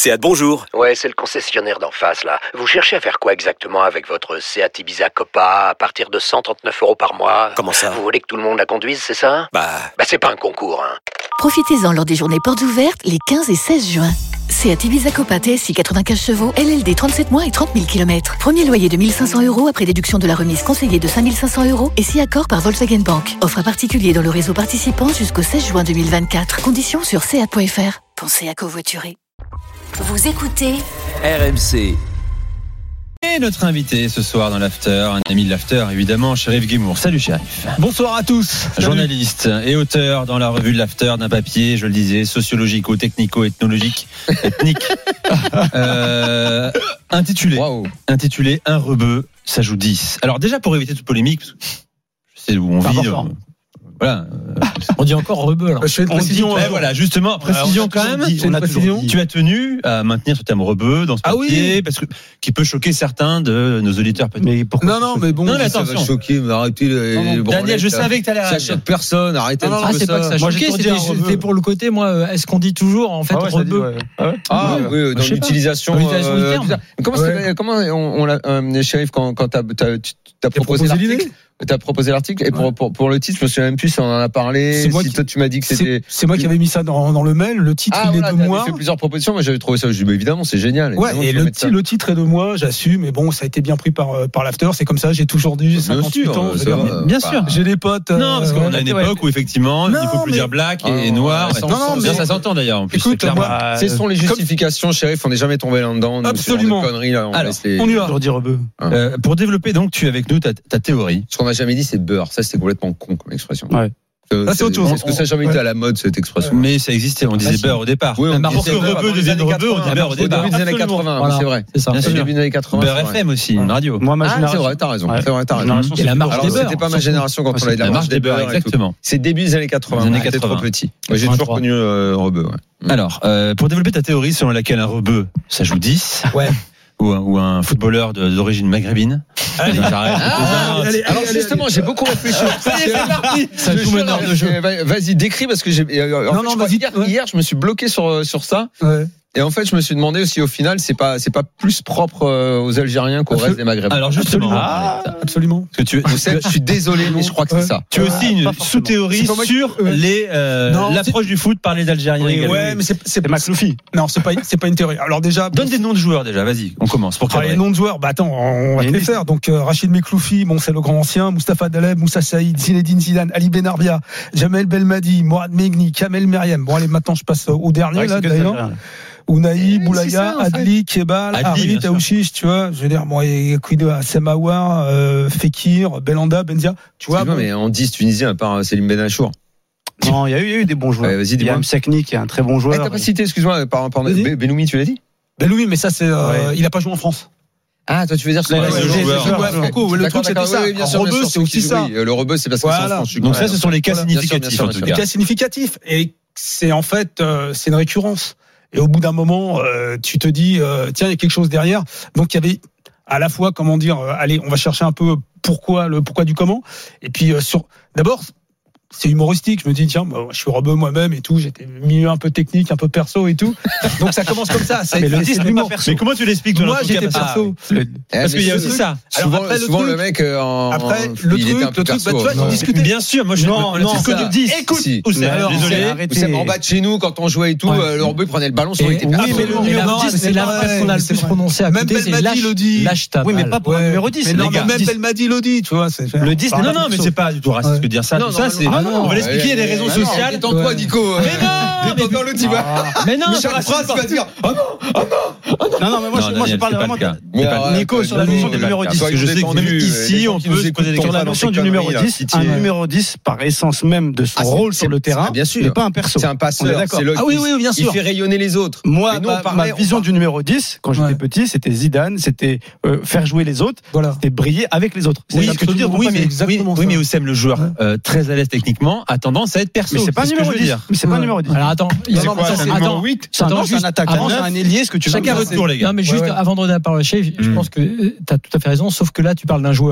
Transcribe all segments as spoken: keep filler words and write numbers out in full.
Seat, bonjour. Ouais, c'est le concessionnaire d'en face, là. Vous cherchez à faire quoi exactement avec votre Seat Ibiza Copa à partir de cent trente-neuf euros par mois? Comment ça? Vous voulez que tout le monde la conduise, c'est ça? Bah... Bah c'est pas un concours, hein. Profitez-en lors des journées portes ouvertes les quinze et seize juin. Seat Ibiza Copa T S I quatre-vingt-quinze chevaux, L L D trente-sept mois et trente mille kilomètres. Premier loyer de mille cinq cents euros après déduction de la remise conseillée de cinq mille cinq cents euros et si accord par Volkswagen Bank. Offre à particulier dans le réseau participant jusqu'au seize juin deux mille vingt-quatre. Conditions sur seat point f r. Pensez à covoiturer. Vous écoutez R M C. Et notre invité ce soir dans l'After, un ami de l'After évidemment, Chérif Guémour. Salut Chérif. Bonsoir à tous. Journaliste et auteur dans la revue de l'After d'un papier, je le disais, sociologico-technico-ethnologique, ethnique, euh, intitulé, wow. intitulé Un rebeu, ça joue dix. Alors déjà pour éviter toute polémique, parce que je sais où on vit. Euh, Voilà. On dit encore rebeu. Alors. Je fais une précision. Dit, voilà, justement, précision quand même. Dit, une précision. Tu as tenu à maintenir ce terme rebeu dans ce papier, ah oui, parce que qui peut choquer certains de nos auditeurs. Peut-être. Mais pourquoi? Non, non, mais bon. Non, mais attention. Ça va choquer, mais arrêtez les. Non, non, Daniel, je savais que tu allais. Ça choque personne. Arrêtez. Non, non, c'est pas que ça choque. C'était pour le côté, moi. Est-ce qu'on dit toujours en fait rebeu? Ah oui, dans l'utilisation. Comment comment on l'a, Chérif, quand quand t'as proposé l'article? T'as proposé l'article et pour, ouais. pour, pour le titre, je me souviens même plus si on en a parlé. C'est moi si qui, toi tu m'as dit que c'était. C'est, c'est moi qui avais mis ça dans, dans le mail. Le titre ah, il voilà, est de moi. J'ai fait plusieurs propositions. Moi j'avais trouvé ça. Je dis, bah, évidemment, c'est génial. Ouais. Et le, t- le titre est de moi. J'assume. Mais bon, ça a été bien pris par par l'After. C'est comme ça. J'ai toujours dit. J'ai cinquante-huit ans. Bien sûr. J'ai des potes. Non, parce qu'on a une époque où effectivement, il faut plus dire black et noir. Non, non, mais ça s'entend d'ailleurs. En plus, écoute, ce sont les justifications, Chérif. On n'est jamais tombé là-dedans. Absolument. Conneries là. On y va. Toujours dire rebeu. Pour développer donc, tu es avec nous ta théorie. Ce qu'on n'a jamais dit, c'est beurre. Ça, c'était complètement con comme expression. Ouais. Euh, ça, c'est autre chose. Parce que ça n'a jamais été à la mode, cette expression. Mais ça existait, on disait beurre au départ. Oui, on disait rebeu, devienne rebeu, on disait beurre au départ. Au début des années quatre-vingts, voilà. C'est vrai. C'est ça. Au début des années quatre-vingts. Beurre F M aussi, une radio. Moi, ma génération. Ah, c'est vrai, t'as raison. C'est vrai, t'as raison. Et la marche des beurres. C'était pas ma génération quand on avait de la marche des beurres. Exactement. C'est début des années quatre-vingts. J'étais trop petit. Moi, j'ai toujours connu rebeu. Alors, pour développer ta théorie selon laquelle un rebeu, ça joue dix. Ouais. Ou un, ou un footballeur de, d'origine maghrébine. Allez, ah, allez, allez, alors justement, allez, j'ai beaucoup réfléchi. Ça y est, c'est parti. Ça joue une heure de jeu. Vas-y, décris parce que j'ai. Non, fait, non, vas-y. Hier, ouais. hier, je me suis bloqué sur sur ça. Ouais. Et en fait, je me suis demandé aussi, au final, c'est pas, c'est pas plus propre aux Algériens qu'au reste des Maghrébins. Alors justement, ah, absolument. Parce que tu, je, sais, je suis désolé, mais je crois que c'est ça. Tu as aussi une sous-théorie sur les euh, non, l'approche c'est... du foot par les Algériens. Oui, ouais, mais c'est c'est McLoufie. Non, c'est pas c'est pas une théorie. Alors déjà, donne des noms de joueurs déjà. Vas-y, on commence. Pour les noms de joueurs, bah attends, on va les faire. Donc euh, Rachid Mekloufi, bon c'est le grand ancien, Moustapha Daleb, Moussa Saïd, Zinedine Zidane, Ali Benarbia, Jamel Belmadi, Mourad Megni, Kamel Meriem. Bon allez, maintenant je passe au dernier là d'ailleurs. Ounaï, Boulaya, Adli, Kebal, Harit, Aouchiche, tu vois, je veux dire, moi, il y a Kouido, Semaouar, euh, Fekir, Belanda, Benzia, tu vois. Non, mais en dix Tunisiens, à part Selim Benachour. Non, il y a eu, il y a eu des bons joueurs. Ouais, vas-y, il y a Msakni qui est un très bon joueur. Eh, t'as pas cité, excuse-moi, par, par Benoumi, tu l'as dit? Benoumi, mais ça, c'est, euh, ouais. il a pas joué en France. Ah, toi, tu veux dire que c'est le joueur. Franco, le truc, c'était ça. Le rebeu, c'est aussi ça. Le rebeu, c'est parce que c'est en France. Donc ça, ce sont les cas significatifs, en tout cas. Les cas significatifs. Et c'est, en fait, c'est une récurrence. Et au bout d'un moment, euh, tu te dis, euh, tiens, il y a quelque chose derrière. Donc il y avait à la fois, comment dire, euh, allez, on va chercher un peu pourquoi, le pourquoi du comment. Et puis euh, sur, d'abord, c'est humoristique. Je me dis, tiens, bah, je suis rebeu moi-même et tout. J'étais milieu un peu technique, un peu perso et tout. Donc ça commence comme ça. C'est, mais le dix n'est pas perso. Mais comment tu l'expliques toi? Moi, j'étais perso. Ah, le... Parce qu'il y a aussi ça. Alors, souvent, après, le, souvent truc, le mec, en... après, le il truc, était un peu le truc, perso. bah, tu vois, discuter. Bien sûr, moi, je non, non, que du dix. Écoute, si. Oussem, désolé. Oussem, en bas de chez nous, quand on jouait et tout, le rebeu prenait le ballon, il était perso. Oui, mais le numéro dix, c'est la phrase qu'on a le plus prononcée à côté. Même Belmadi le dit. Lâche ta balle. Oui, mais pas pour le numéro dix. Mais non, même Belmadi le dit, tu vois. Le dix, non, non, mais c'est pas du tout raciste de dire ça. Ça, c'est. On va l'expliquer, il y a des raisons sociales. Détends-toi, Nico. Mais non, détends-toi l'autre, tu vois. Mais non, chaque phrase, tu vas dire oh non, oh non. Non, non, mais moi, moi je parle vraiment de Nico sur la notion du numéro dix. Parce que je sais que même ici, on peut se poser des questions sur la notion du numéro dix. Un numéro dix, par essence même de son rôle sur le terrain, n'est pas un perso. C'est un passeur. Ah oui, oui, bien sûr. Il fait rayonner les autres. Moi, ma vision du numéro dix, quand j'étais petit, c'était Zidane, c'était faire jouer les autres, c'était briller avec les autres. Oui, ce que je veux dire, oui, mais oui, mais Oussem, le joueur très à l'aise techniquement, a tendance à être perso. Mais c'est pas numéro dix. Mais c'est pas numéro dix. Alors attends, il y a quoi, c'est numéro huit. C'est un attaquant, c'est un ailier, ce que tu veux. Chacun votre tour, les gars. Non, mais juste avant de donner la parole à Chef, je pense que tu as tout à fait raison, sauf que là, tu parles d'un joueur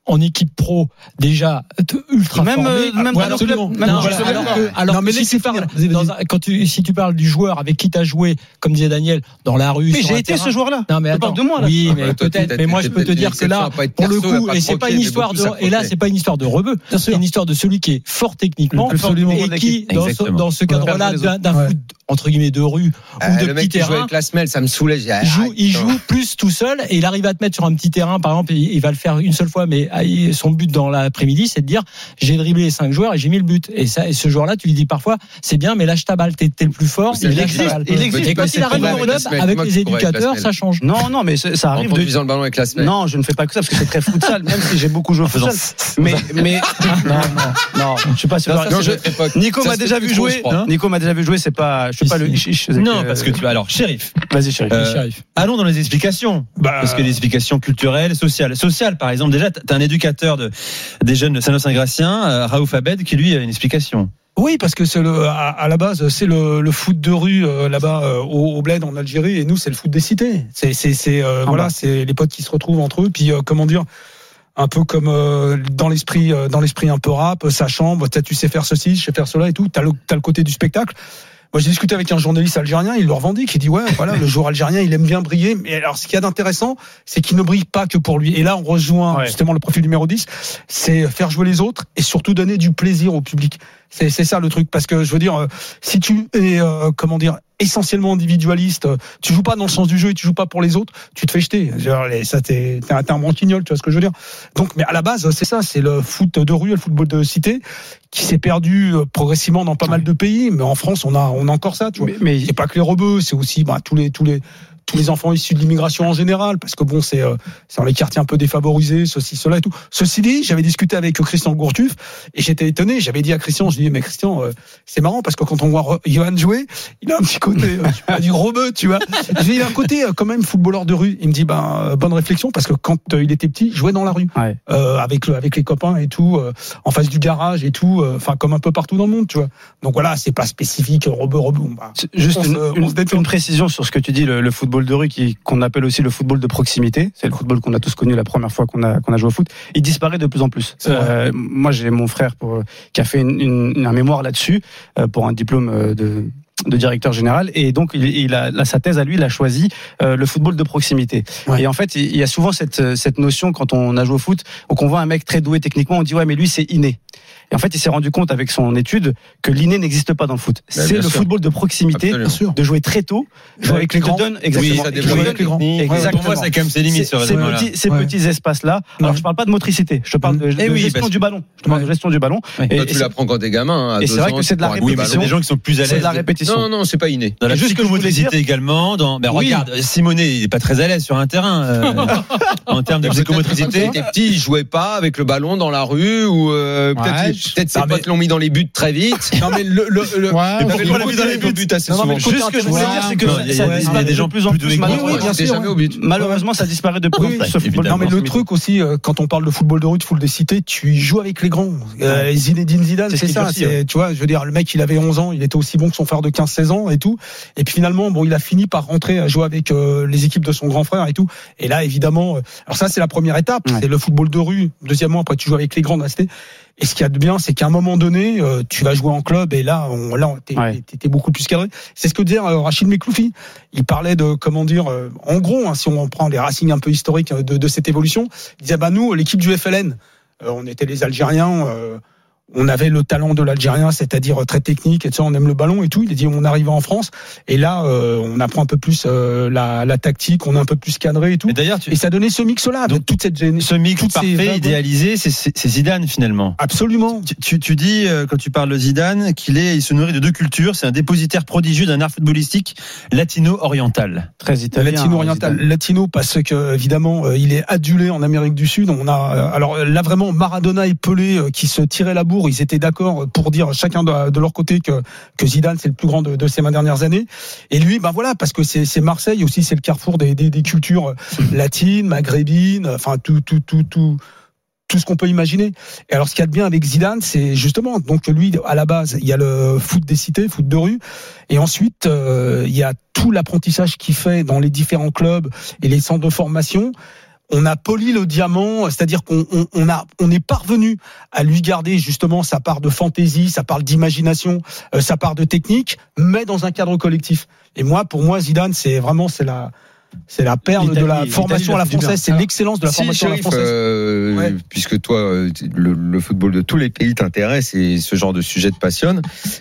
en équipe pro déjà ultra même formé. Euh, même voilà, dans club, même non, voilà, alors que, alors non, mais si tu parles dans un, quand tu si tu parles du joueur avec qui tu as joué, comme disait Daniel, dans la rue. Mais j'ai été terrain, ce joueur-là. Non mais attends, de moi là. Oui, mais peut-être. Mais moi je peux te dire que là, pour le coup, et c'est pas une histoire de, et là c'est pas une histoire de rebeu, c'est une histoire de celui qui est fort techniquement et qui dans ce cadre-là d'un foot entre guillemets de rue euh, ou de le petit mec terrain. Qui joue avec la semelle, ça me soulège. Il joue, il joue plus tout seul et il arrive à te mettre sur un petit terrain. Par exemple, il, il va le faire une seule fois, mais son but dans l'après-midi, c'est de dire j'ai dribblé les cinq joueurs et j'ai mis le but. Et ça, et ce joueur-là, tu lui dis parfois, c'est bien, mais lâche ta balle, t'es, t'es le plus fort. Il existe. Il existe. Et quand il arrive au club avec les éducateurs, ça change. Non, non, mais ça arrive. En visant le ballon avec la semelle. Non, je ne fais pas que ça parce que c'est très futsal, même si j'ai beaucoup joué au futsal. Mais, mais non, non, non, je suis pas sûr. Nico m'a déjà vu jouer. Nico m'a déjà vu jouer. C'est pas, je suis pas le. Non, parce que tu vas alors, Shérif. Vas-y, Shérif. Euh, allons dans les explications. Bah, parce que les explications culturelles, sociales. Sociales, par exemple, déjà, t'as un éducateur de, des jeunes de Saint-Saint-Gratien, euh, Raouf Abed, qui lui a une explication. Oui, parce que c'est le, à, à la base, c'est le, le foot de rue euh, là-bas euh, au, au Bled en Algérie, et nous, c'est le foot des cités. C'est, c'est, c'est euh, voilà, bas. C'est les potes qui se retrouvent entre eux. Puis euh, comment dire, un peu comme euh, dans l'esprit, euh, dans l'esprit un peu rap, sa chambre. Tu sais faire ceci, je sais faire cela et tout. T'as le, t'as le côté du spectacle. Moi, j'ai discuté avec un journaliste algérien, il le revendique, il dit ouais, voilà, le joueur algérien, il aime bien briller. Mais alors, ce qu'il y a d'intéressant, c'est qu'il ne brille pas que pour lui. Et là, on rejoint ouais. justement le profil numéro dix, c'est faire jouer les autres et surtout donner du plaisir au public. C'est, c'est ça le truc, parce que je veux dire, si tu es, euh, comment dire, essentiellement individualiste, tu joues pas dans le sens du jeu et tu joues pas pour les autres, tu te fais jeter. Genre, ça, t'es, t'es un, t'es un branquignol, tu vois ce que je veux dire. Donc, mais à la base, c'est ça, c'est le foot de rue, le football de cité, qui s'est perdu progressivement dans pas ouais. mal de pays. Mais en France, on a, on a encore ça, tu vois. Mais, mais c'est pas que les rebeux, c'est aussi, bah, tous les, tous les, tous les enfants issus de l'immigration en général, parce que bon, c'est, euh, c'est dans les quartiers un peu défavorisés, ceci, cela et tout. Ceci dit, j'avais discuté avec Christian Gourcuff et j'étais étonné. J'avais dit à Christian, je dis mais Christian, euh, c'est marrant parce que quand on voit Johan jouer, il a un petit côté euh, du rebeu, tu vois. J'ai il a un côté euh, quand même footballeur de rue. Il me dit ben euh, bonne réflexion parce que quand euh, il était petit, il jouait dans la rue, ouais. euh, avec le, avec les copains et tout, euh, en face du garage et tout, enfin euh, comme un peu partout dans le monde, tu vois. Donc voilà, c'est pas spécifique rebeu rebeu. Bah, juste on une, se, une, on une précision sur ce que tu dis, le, le football de rue qui qu'on appelle aussi le football de proximité, c'est le football qu'on a tous connu la première fois qu'on a qu'on a joué au foot. Il disparaît de plus en plus. Euh, moi, j'ai mon frère pour qui a fait une, une, un mémoire là-dessus euh, pour un diplôme de de directeur général, et donc il, il a là, sa thèse à lui, il a choisi euh, le football de proximité. Ouais. Et en fait, il y a souvent cette cette notion quand on a joué au foot, ou qu'on voit un mec très doué techniquement, on dit ouais mais lui c'est inné. Et en fait, il s'est rendu compte avec son étude que l'inné n'existe pas dans le foot. Ben, c'est le sûr. Football de proximité, de jouer très tôt, jouer avec les grands. Donne, exactement. Oui, ça développe avec les grands. Exactement. Pour moi, c'est quand même ses limites. Ces, ces petits, ces ouais. petits espaces-là. Alors, je parle pas de motricité, je te parle de, de oui, gestion parce... du ballon. Je te parle de gestion du ballon. Et, Toi, et tu l'apprends quand t'es gamin. À et c'est vrai que c'est de la répétition. Il y a des gens qui sont plus à l'aise. C'est de la répétition. Non, non, c'est pas inné. Dans la psychomotricité également. Regarde, Simonet, il est pas très à l'aise sur un terrain en termes de psychomotricité. Quand t'étais petit, il jouait pas avec le ballon dans la rue ou peut-être peut-être ses potes l'ont mis dans les buts très vite. Non mais le le le. Ouais, il pas mis dans les buts assez souvent. Juste ce que je voulais dire, c'est que ça disparaît de plus en plus. Malheureusement, ça disparaît de plus en plus. Non mais le truc aussi, quand on parle de football de rue, de football des cités, tu joues avec les grands. Zinedine Zidane, c'est ça. Tu vois, je veux dire, le mec, il avait onze ans, il était aussi bon que son frère de quinze seize ans et tout. Et puis finalement, bon, il a fini par rentrer à jouer avec les équipes de son grand frère et tout. Et là, évidemment, alors ça, c'est la première étape, c'est le football de rue. Deuxièmement, après, tu joues avec les grands de la cité. Et ce qu'il y a de bien, c'est qu'à un moment donné, euh, tu vas jouer en club et là, on, là, t'es, ouais. t'es, t'es beaucoup plus cadré. C'est ce que disait euh, Rachid Mekloufi. Il parlait de, comment dire, euh, en gros, hein, si on prend les racines un peu historiques de, de cette évolution, il disait, bah nous, l'équipe du F L N, euh, on était les Algériens. Euh, on avait le talent de l'Algérien, c'est-à-dire très technique, et ça, on aime le ballon et tout. Il a dit, on arrive en France, et là, euh, on apprend un peu plus euh, la, la tactique, on est un peu plus cadré et tout. Et, d'ailleurs, tu... et ça donnait ce mix-là, donc toute cette gén... ce mix parfait, ces... idéalisé, c'est, c'est Zidane finalement. Absolument. Tu, tu, tu dis euh, quand tu parles de Zidane qu'il est, il se nourrit de deux cultures. C'est un dépositaire prodigieux d'un art footballistique latino-oriental. Très italien. Latino-oriental, hein, latino parce que évidemment, euh, il est adulé en Amérique du Sud. On a, euh, alors là vraiment, Maradona et Pelé euh, qui se tiraient la bourre, ils étaient d'accord pour dire chacun de, de leur côté que, que Zidane c'est le plus grand de, de ces vingt dernières années. Et lui, ben voilà, parce que c'est, c'est Marseille aussi, c'est le carrefour des, des, des cultures latines, maghrébines, enfin tout, tout, tout, tout, tout ce qu'on peut imaginer. Et alors, ce qu'il y a de bien avec Zidane, c'est justement, donc lui, à la base, il y a le foot des cités, foot de rue, et ensuite, euh, il y a tout l'apprentissage qu'il fait dans les différents clubs et les centres de formation. on a poli le diamant, c'est-à-dire qu'on on, on a on est parvenu à lui garder justement sa part de fantaisie, sa part d'imagination, euh, sa part de technique, mais dans un cadre collectif. Et moi, pour moi, Zidane, c'est vraiment c'est la c'est la perle de la formation à la française, c'est l'excellence de la si, formation Chérif, à la française. Euh, ouais. Puisque toi, le, le football de tous les pays t'intéresse et ce genre de sujet te passionne.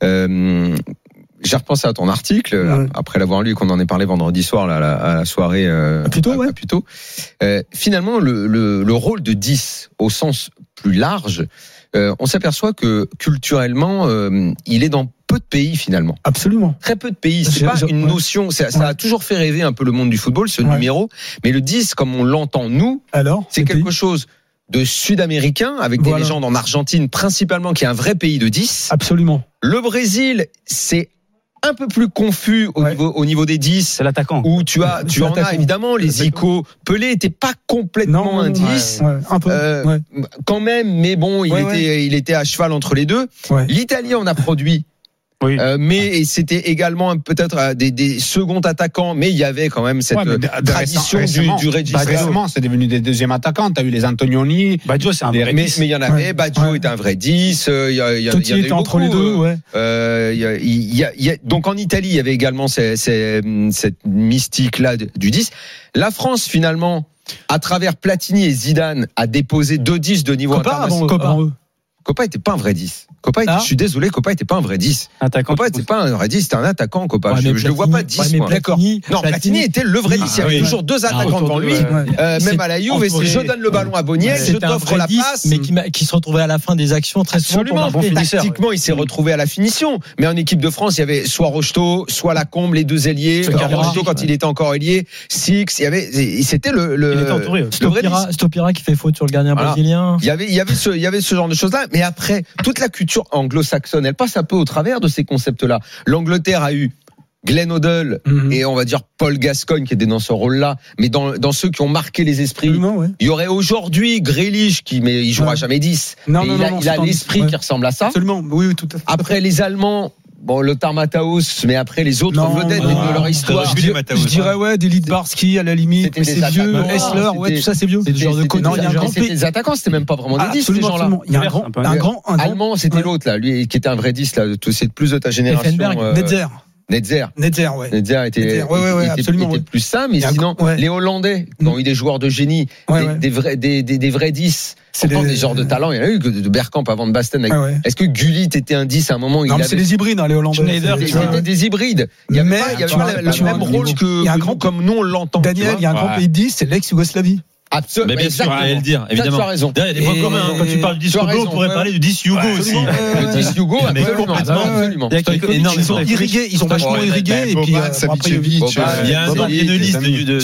Euh, J'ai repensé à ton article ouais. après l'avoir lu et qu'on en ait parlé vendredi soir là, à, la, à la soirée. Euh, plutôt, à, ouais. à plutôt. Euh, finalement, le, le, le rôle de dix au sens plus large, euh, on s'aperçoit que culturellement, euh, il est dans peu de pays finalement. Absolument. Très peu de pays. C'est je, pas je, une ouais. notion. Ça, ça ouais. a toujours fait rêver un peu le monde du football, ce ouais. numéro. Mais le dix, comme on l'entend nous, alors c'est quelque pays. chose de sud-américain, avec voilà. des légendes en Argentine principalement, qui est un vrai pays de dix. Absolument. Le Brésil, c'est un peu plus confus au, ouais. niveau, au niveau des dix. C'est l'attaquant. Où tu as, tu en as évidemment les Zico. Pelé était pas complètement non, non, un dix. Ouais, ouais, un peu. Euh, ouais. Quand même, mais bon, il ouais, était, ouais. il était à cheval entre les deux. Ouais. L'Italie en a produit. Oui. Euh, mais c'était également peut-être des, des seconds attaquants, mais il y avait quand même cette ouais, de, tradition récemment, du, du registre. Récemment, c'est devenu des deuxièmes attaquants. T'as eu les Antonioni. Baggio, c'est un vrai mais, dix. Mais il y en avait. Ouais. Baggio ouais. est un vrai dix. Il y a, il y a, Totti il y était entre les deux. Ouais. Euh, il y a, il y a, il y a, donc en Italie, il y avait également ces, ces, cette mystique-là du dix. La France, finalement, à travers Platini et Zidane, a déposé deux dix de niveau Copa international. Copa était pas un vrai dix. Copa, ah. je suis désolé, Copa était pas un vrai dix. Attaquant, Copa était pas un vrai dix, c'était un attaquant, Copa. Ouais, je, je le vois pas dix, ouais, moi. D'accord. Non, Platini était le vrai dix. Il y avait toujours deux attaquants devant lui. Même à la Juve, c'est je donne le ballon à Boniel, je t'offre la passe. Mais qui, qui se retrouvait à la fin des actions très souvent. Absolument. Bon tactiquement, il s'est retrouvé à la finition. Mais en équipe de France, il y avait soit Rocheteau, soit Lacombe, les deux ailiers. Rocheteau, quand il était encore ailier. Six, il y avait, c'était le, le. Il était entouré. Stopira qui fait faute sur le gardien brésilien. Il y avait, il y avait ce, il y avait ce genre de choses-là. Mais après, toute la culture anglo-saxonne, elle passe un peu au travers de ces concepts-là. L'Angleterre a eu Glenn Hoddle mm-hmm. et on va dire Paul Gascoigne qui était dans ce rôle-là, mais dans, dans ceux qui ont marqué les esprits. Ouais. Il y aurait aujourd'hui Grealish qui, mais il jouera ouais. jamais dix. Non, non, il non, a, non, il a l'esprit ouais. qui ressemble à ça. Absolument, oui, oui, tout à fait. Après les Allemands. Bon, Lothar Matthäus, mais après les autres non, vedettes non, de leur histoire. Je, dirais, je dirais, ouais, David Barski à la limite, mais c'est vieux. Essler, ouais, tout ça c'est vieux. C'est le genre de côté. Non, il y a un grand C'était des attaquants, c'était même pas vraiment des dix, ces gens-là. Il y a un grand, un grand, un Allemand, c'était l'autre, là, lui, qui était un vrai dix, là, c'est plus de ta génération. Netzer. Netzer. Netzer, ouais. Netzer était, Netzer, ouais, ouais, ouais, était, absolument, était plus ça, mais sinon, ouais. les Hollandais, qui ont eu des joueurs de génie, ouais, des, ouais. des vrais, des, des, des vrais dix. C'est des... des genres de talent. Il y en a eu de Bergkamp avant de Basten. Avec... Ouais, ouais. Est-ce que Gullit était un dix à un moment? Non, il mais avait... c'est des hybrides, hein, les Hollandais. Schneider, c'était des hybrides. Il y avait pas, il y avait pas le même rôle que, il y a un grand, comme nous on l'entend. Daniel, il y a un grand pays de dix, c'est l'ex-Yougoslavie. Absolument. Mais bien sûr, il le dire, évidemment. Tu as raison. D'ailleurs, il y a des points communs. Quand tu parles du dix Hugo, on pourrait parler du dix Hugo aussi. Le dix Hugo, complètement. Ils sont irrigués, ils sont vachement irrigués. Et puis, après, il y a une liste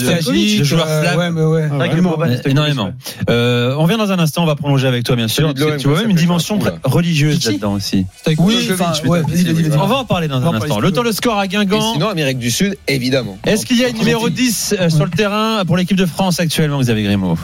de joueurs slaves. Énormément. On vient dans un instant, on va prolonger avec toi, bien sûr. Tu vois même une dimension religieuse là-dedans aussi. Oui, on va en parler dans un instant. Le temps, le score à Guingamp. Sinon, Amérique du Sud, évidemment. Est-ce qu'il y a une numéro dix sur le terrain pour l'équipe de France actuellement, Xavier Grimaud?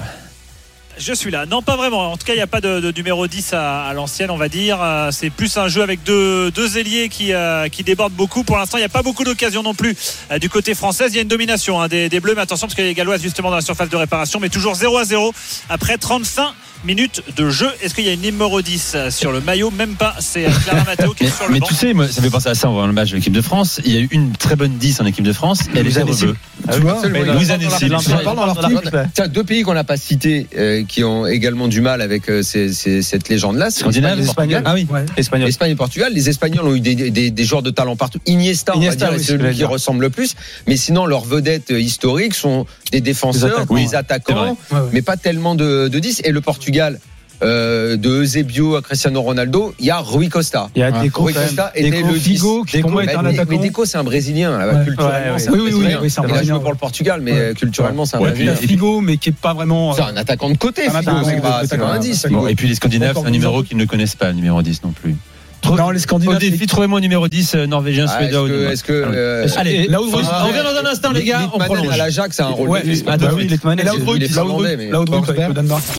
Je suis là. Non, pas vraiment. En tout cas, il n'y a pas de, de numéro dix à, à l'ancienne, on va dire. C'est plus un jeu avec deux, deux ailiers qui, euh, qui débordent beaucoup. Pour l'instant, il n'y a pas beaucoup d'occasions non plus euh, du côté français. Il y a une domination hein, des, des Bleus, mais attention parce qu'il y a les Galloises justement dans la surface de réparation. Mais toujours zéro à zéro après trente-cinq minutes de jeu. Est-ce qu'il y a une numéro dix sur le maillot? Même pas. C'est Clara Matteo qui est sur le mais banc. Mais tu sais, moi, ça fait penser à ça en voyant le match de l'équipe de France. Il y a eu une très bonne dix en équipe de France. Et elle est rebeu. Tu vois, Louise Annecy. Tiens, deux pays qu'on n'a pas cités euh, qui ont également du mal avec euh, ces, ces, cette légende-là, c'est l'Espagne et Portugal. Ah oui, ouais. Espagnol. Espagne et Portugal. Les Espagnols ont eu des, des, des joueurs de talent partout. Iniesta, Iniesta on va dire, oui, c'est celui qui ressemble le plus. Mais sinon, leurs vedettes historiques sont des défenseurs, des attaquants, des attaquants ouais, ouais. mais pas tellement de, de dix. Et le Portugal. Euh, de Eusebio à Cristiano Ronaldo, il y a Rui Costa. Il y a Deco, Rui Costa était Deco, le Figo, qui pour moi est un attaquant. Mais Deco, c'est un Brésilien, là, ouais. culturellement. Ouais, ouais, oui, oui, oui, c'est un il a joué pour le Portugal, mais ouais. culturellement, c'est un ouais, Brésilien. Puis Figo, mais qui est pas vraiment. C'est un attaquant de côté, Figo, c'est pas, c'est pas un dix. Et puis les Scandinaves, c'est un numéro qu'ils ne connaissent pas, le numéro dix non plus. Non, les Scandinaves. Au défi, trouvez-moi numéro dix, norvégien, ah, suédois. Est-ce que, euh, allez, là où on revient dans un instant, les gars, on prolonge. À l'Ajax, c'est un rôle. Ouais, Laudrup, Laudrup, avec le Danemark.